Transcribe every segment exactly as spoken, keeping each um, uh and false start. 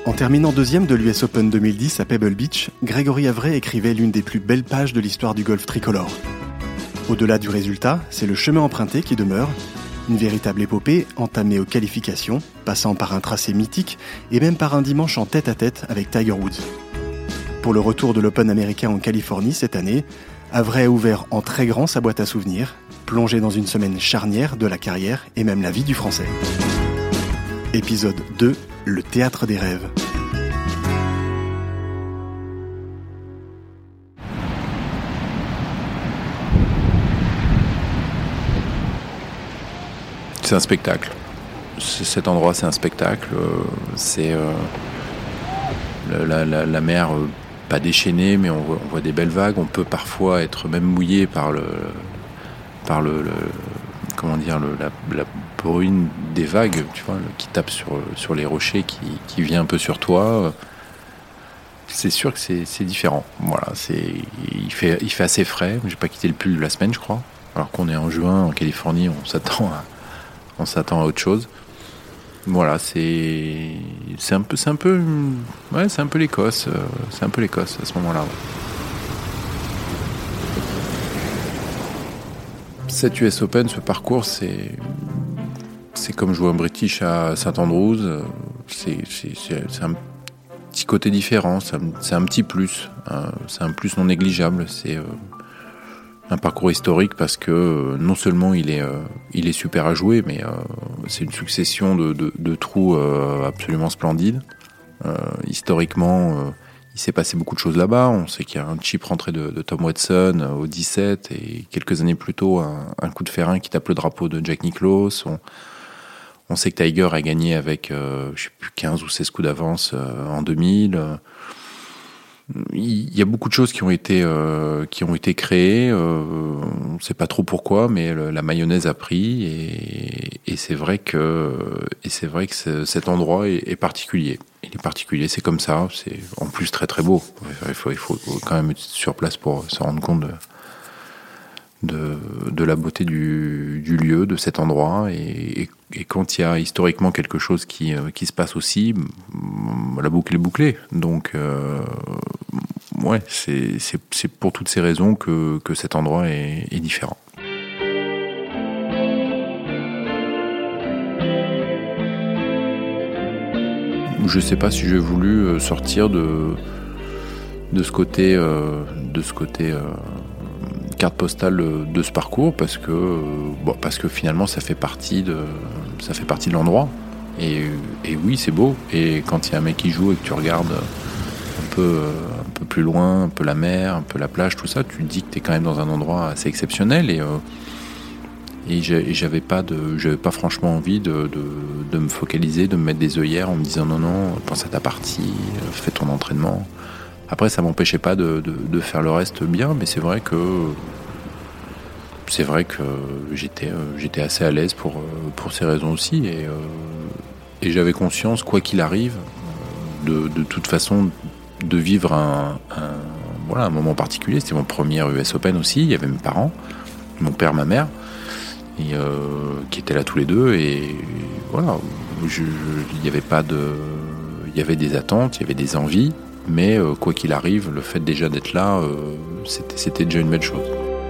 En terminant deuxième de l'U S Open deux mille dix à Pebble Beach, Grégory Avray écrivait l'une des plus belles pages de l'histoire du golf tricolore. Au-delà du résultat, c'est le chemin emprunté qui demeure, une véritable épopée entamée aux qualifications, passant par un tracé mythique et même par un dimanche en tête-à-tête avec Tiger Woods. Pour le retour de l'Open américain en Californie cette année, Avray a ouvert en très grand sa boîte à souvenirs, plongé dans une semaine charnière de la carrière et même la vie du Français. Épisode deux, le théâtre des rêves. C'est un spectacle. Cet endroit, c'est un spectacle. C'est euh, la, la, la mer, euh, pas déchaînée, mais on voit, on voit des belles vagues. On peut parfois être même mouillé par le, par le, le comment dire, le, la, la bruine des vagues, tu vois, qui tape sur, sur les rochers, qui, qui vient un peu sur toi. C'est sûr que c'est, c'est différent. Voilà, c'est, il fait, il fait assez frais. J'ai pas quitté le pull de la semaine, je crois. Alors qu'on est en juin en Californie, on s'attend à on s'attend à autre chose. Voilà, c'est c'est un peu c'est un peu ouais, c'est un peu l'Écosse, c'est un peu l'Écosse à ce moment-là. Ouais. Cette U S Open, ce parcours, c'est c'est comme jouer un British à Saint Andrews. C'est c'est c'est, c'est un petit côté différent. C'est un, c'est un petit plus. Hein, c'est un plus non négligeable. C'est euh, un parcours historique parce que euh, non seulement il est, euh, il est super à jouer, mais euh, c'est une succession de, de, de trous euh, absolument splendides. Euh, historiquement, euh, il s'est passé beaucoup de choses là-bas. On sait qu'il y a un chip rentré de, de Tom Watson euh, au dix-sept et quelques années plus tôt, un, un coup de ferrin qui tape le drapeau de Jack Nicklaus. On, on sait que Tiger a gagné avec euh, je sais plus, quinze ou seize coups d'avance euh, en deux mille. Il y a beaucoup de choses qui ont été euh, qui ont été créées. Euh, on ne sait pas trop pourquoi, mais le, la mayonnaise a pris et, et c'est vrai que et c'est vrai que cet endroit est, est particulier. Il est particulier, c'est comme ça. C'est en plus très très beau. Il faut il faut quand même être sur place pour se rendre compte de de, de la beauté du, du lieu, de cet endroit. Et, et, et quand il y a historiquement quelque chose qui qui se passe aussi, la boucle est bouclée. Donc euh, ouais, c'est, c'est, c'est pour toutes ces raisons que, que cet endroit est, est différent. Je sais pas si j'ai voulu sortir de, de ce côté, euh, de ce côté euh, carte postale de ce parcours parce que, euh, bon, parce que finalement ça fait partie de, ça fait partie de l'endroit. Et, et oui, c'est beau. Et quand il y a un mec qui joue et que tu regardes un peu, un peu plus loin, un peu la mer, un peu la plage, tout ça, tu te dis que tu es quand même dans un endroit assez exceptionnel. Et, euh, et j'avais pas, de, j'avais pas franchement envie de, de, de me focaliser, de me mettre des œillères en me disant non, non, pense à ta partie, fais ton entraînement. Après, ça m'empêchait pas de, de, de faire le reste bien, mais c'est vrai que c'est vrai que j'étais, j'étais assez à l'aise pour, pour ces raisons aussi. Et, et j'avais conscience, quoi qu'il arrive, de, de toute façon, de vivre un, un, voilà, un moment particulier. C'était mon premier U S Open aussi. Il y avait mes parents, mon père, ma mère, et, euh, qui étaient là tous les deux. Et voilà, je, je, il y avait pas de, il y avait des attentes, il y avait des envies. Mais euh, quoi qu'il arrive, le fait déjà d'être là, euh, c'était, c'était déjà une belle chose.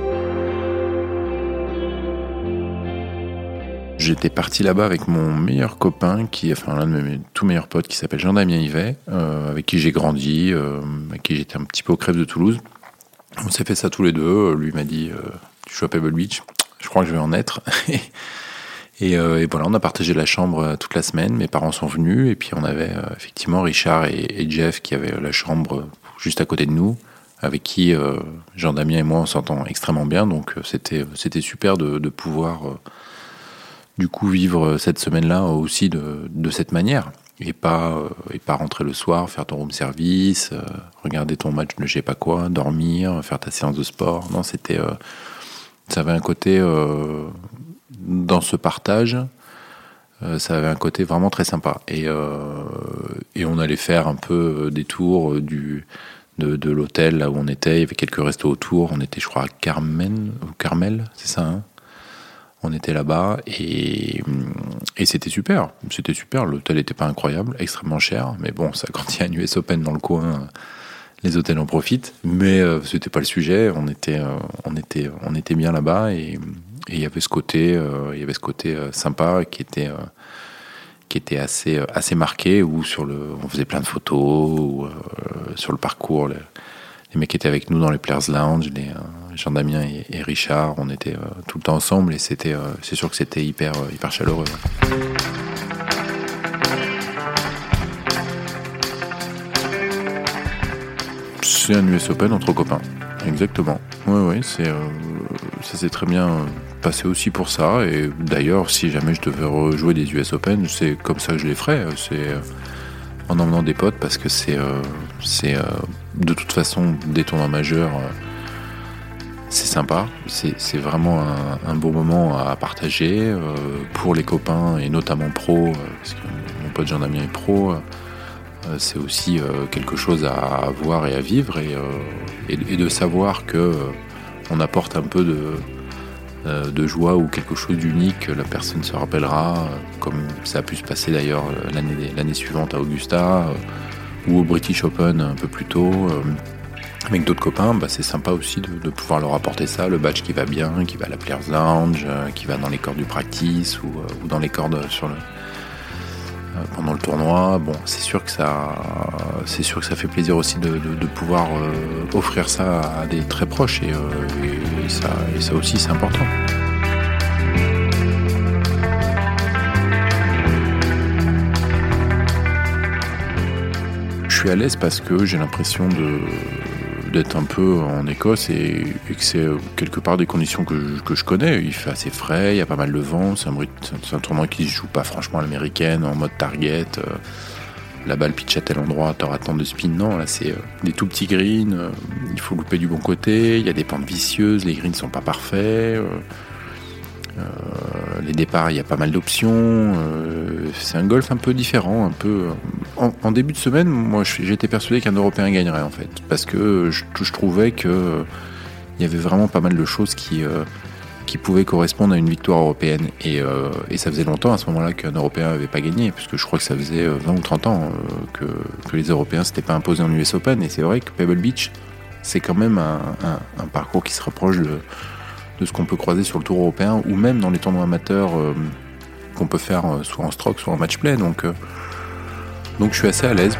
J'étais parti là-bas avec mon meilleur copain, qui, enfin l'un de mes tout meilleurs potes, qui s'appelle Jean-Damien Yvet, euh, avec qui j'ai grandi, euh, avec qui j'étais un petit peu au crève de Toulouse. On s'est fait ça tous les deux. Lui m'a dit euh, « Tu joues à Pebble Beach ?» Je crois que je vais en être. Et, euh, et voilà, on a partagé la chambre toute la semaine. Mes parents sont venus et puis on avait euh, effectivement Richard et, et Jeff qui avaient la chambre juste à côté de nous, avec qui euh, Jean-Damien et moi on s'entend extrêmement bien. Donc euh, c'était c'était super de, de pouvoir euh, du coup vivre cette semaine-là aussi de, de cette manière et pas euh, et pas rentrer le soir, faire ton room service, euh, regarder ton match de je sais pas quoi, dormir, faire ta séance de sport. Non, c'était euh, ça avait un côté euh, dans ce partage, euh, ça avait un côté vraiment très sympa. Et, euh, et on allait faire un peu des tours du, de, de l'hôtel là où on était. Il y avait quelques restos autour. On était, je crois, à Carmen, ou Carmel, c'est ça, hein. On était là-bas et, et c'était super. C'était super. L'hôtel n'était pas incroyable, extrêmement cher. Mais bon, ça, quand il y a un U S Open dans le coin, les hôtels en profitent. Mais euh, c'était pas le sujet. On était, euh, on était, on était bien là-bas et il y avait ce côté, euh, il y avait ce côté euh, sympa qui était, euh, qui était assez, euh, assez marqué. Où sur le, on faisait plein de photos. Où, euh, sur le parcours, les, les mecs étaient avec nous dans les Players Lounge. Les, euh, Jean-Damien et, et Richard, on était euh, tout le temps ensemble et c'était, euh, c'est sûr que c'était hyper, euh, hyper chaleureux. C'est un U S Open entre copains, exactement. Oui, oui, c'est, euh, ça s'est très bien passé aussi pour ça. Et d'ailleurs, si jamais je devais rejouer des U S Open, c'est comme ça que je les ferais. C'est euh, en emmenant des potes parce que c'est, euh, c'est euh, de toute façon des tournois majeurs. Euh, C'est sympa, c'est, c'est vraiment un, un beau moment à partager euh, pour les copains et notamment pro, euh, parce que mon pote Jean-Damien est pro, euh, c'est aussi euh, quelque chose à voir et à vivre et, euh, et, et de savoir que euh, on apporte un peu de, euh, de joie ou quelque chose d'unique, la personne se rappellera, euh, comme ça a pu se passer d'ailleurs l'année, l'année suivante à Augusta euh, ou au British Open un peu plus tôt. Euh, Avec d'autres copains, bah c'est sympa aussi de, de pouvoir leur apporter ça, le badge qui va bien, qui va à la Players Lounge, euh, qui va dans les cordes du practice ou, euh, ou dans les cordes sur le, euh, pendant le tournoi. Bon, c'est sûr que ça, c'est sûr que ça fait plaisir aussi de, de, de pouvoir euh, offrir ça à des très proches et, euh, et, et, ça, et ça aussi c'est important. Je suis à l'aise parce que j'ai l'impression de d'être un peu en Écosse et, et que c'est quelque part des conditions que je, que je connais. Il fait assez frais, il y a pas mal de vent, c'est un, c'est un tournoi qui se joue pas franchement à l'américaine, en mode target. Euh, la balle pitch à tel endroit, t'auras tant de spin. Non, là c'est euh, des tout petits greens, euh, il faut louper du bon côté, il y a des pentes vicieuses, les greens sont pas parfaits. Euh, euh, les départs, il y a pas mal d'options. Euh, c'est un golf un peu différent, un peu. En, en début de semaine, moi, j'étais persuadé qu'un Européen gagnerait en fait, parce que je, je trouvais que euh, il y avait vraiment pas mal de choses qui euh, qui pouvaient correspondre à une victoire européenne. Et, euh, et ça faisait longtemps à ce moment-là qu'un Européen n'avait pas gagné, puisque je crois que ça faisait vingt ou trente ans euh, que que les Européens s'étaient pas imposés en U S Open. Et c'est vrai que Pebble Beach, c'est quand même un, un, un parcours qui se rapproche de de ce qu'on peut croiser sur le tour européen ou même dans les tournois amateurs euh, qu'on peut faire euh, soit en stroke soit en match play. Donc, euh, donc je suis assez à l'aise.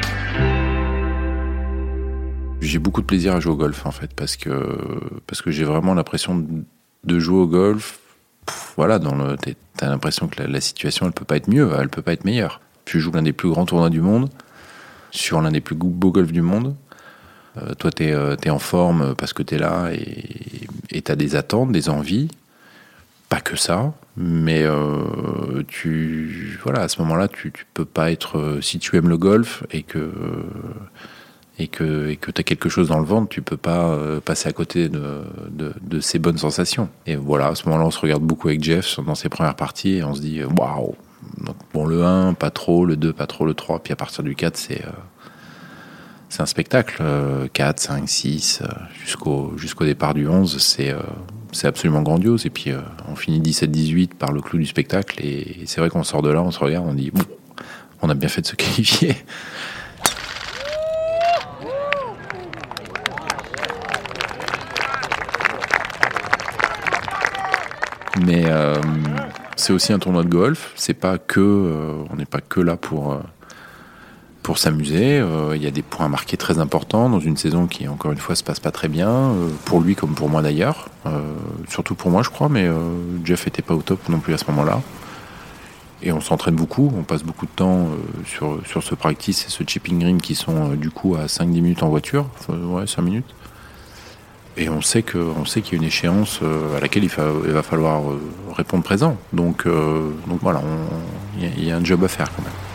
J'ai beaucoup de plaisir à jouer au golf en fait parce que, parce que j'ai vraiment l'impression de, de jouer au golf. Pff, voilà, dans le, t'as l'impression que la, la situation elle peut pas être mieux, elle peut pas être meilleure. Tu joues l'un des plus grands tournois du monde sur l'un des plus beaux golfs du monde. Euh, toi, t'es, euh, t'es en forme parce que t'es là et, et t'as des attentes, des envies. Pas que ça, mais euh, tu, voilà, à ce moment-là, tu, tu peux pas être. Si tu aimes le golf et que et que et que t'as quelque chose dans le ventre, tu peux pas euh, passer à côté de, de de ces bonnes sensations. Et voilà, à ce moment-là, on se regarde beaucoup avec Jeff dans ses premières parties et on se dit waouh. Bon, le un, pas trop, le deux, pas trop, le trois, puis à partir du quatre, c'est euh, c'est un spectacle. quatre, cinq, six, jusqu'au, jusqu'au départ du onze, c'est, euh, c'est absolument grandiose. Et puis euh, on finit dix-sept dix-huit par le clou du spectacle. Et c'est vrai qu'on sort de là, on se regarde, on dit bon, on a bien fait de se qualifier. Mais euh, c'est aussi un tournoi de golf. C'est pas que, euh, on n'est pas que là pour. Euh, Pour s'amuser, euh, il y a des points marqués très importants dans une saison qui, encore une fois, se passe pas très bien, euh, pour lui comme pour moi d'ailleurs, euh, surtout pour moi je crois, mais euh, Jeff était pas au top non plus à ce moment-là. Et on s'entraîne beaucoup, on passe beaucoup de temps euh, sur, sur ce practice et ce chipping green qui sont euh, du coup à cinq dix minutes en voiture, enfin, ouais, cinq minutes. Et on sait, que, on sait qu'il y a une échéance euh, à laquelle il, fa- il va falloir euh, répondre présent. Donc, euh, donc voilà, il y, y a un job à faire quand même.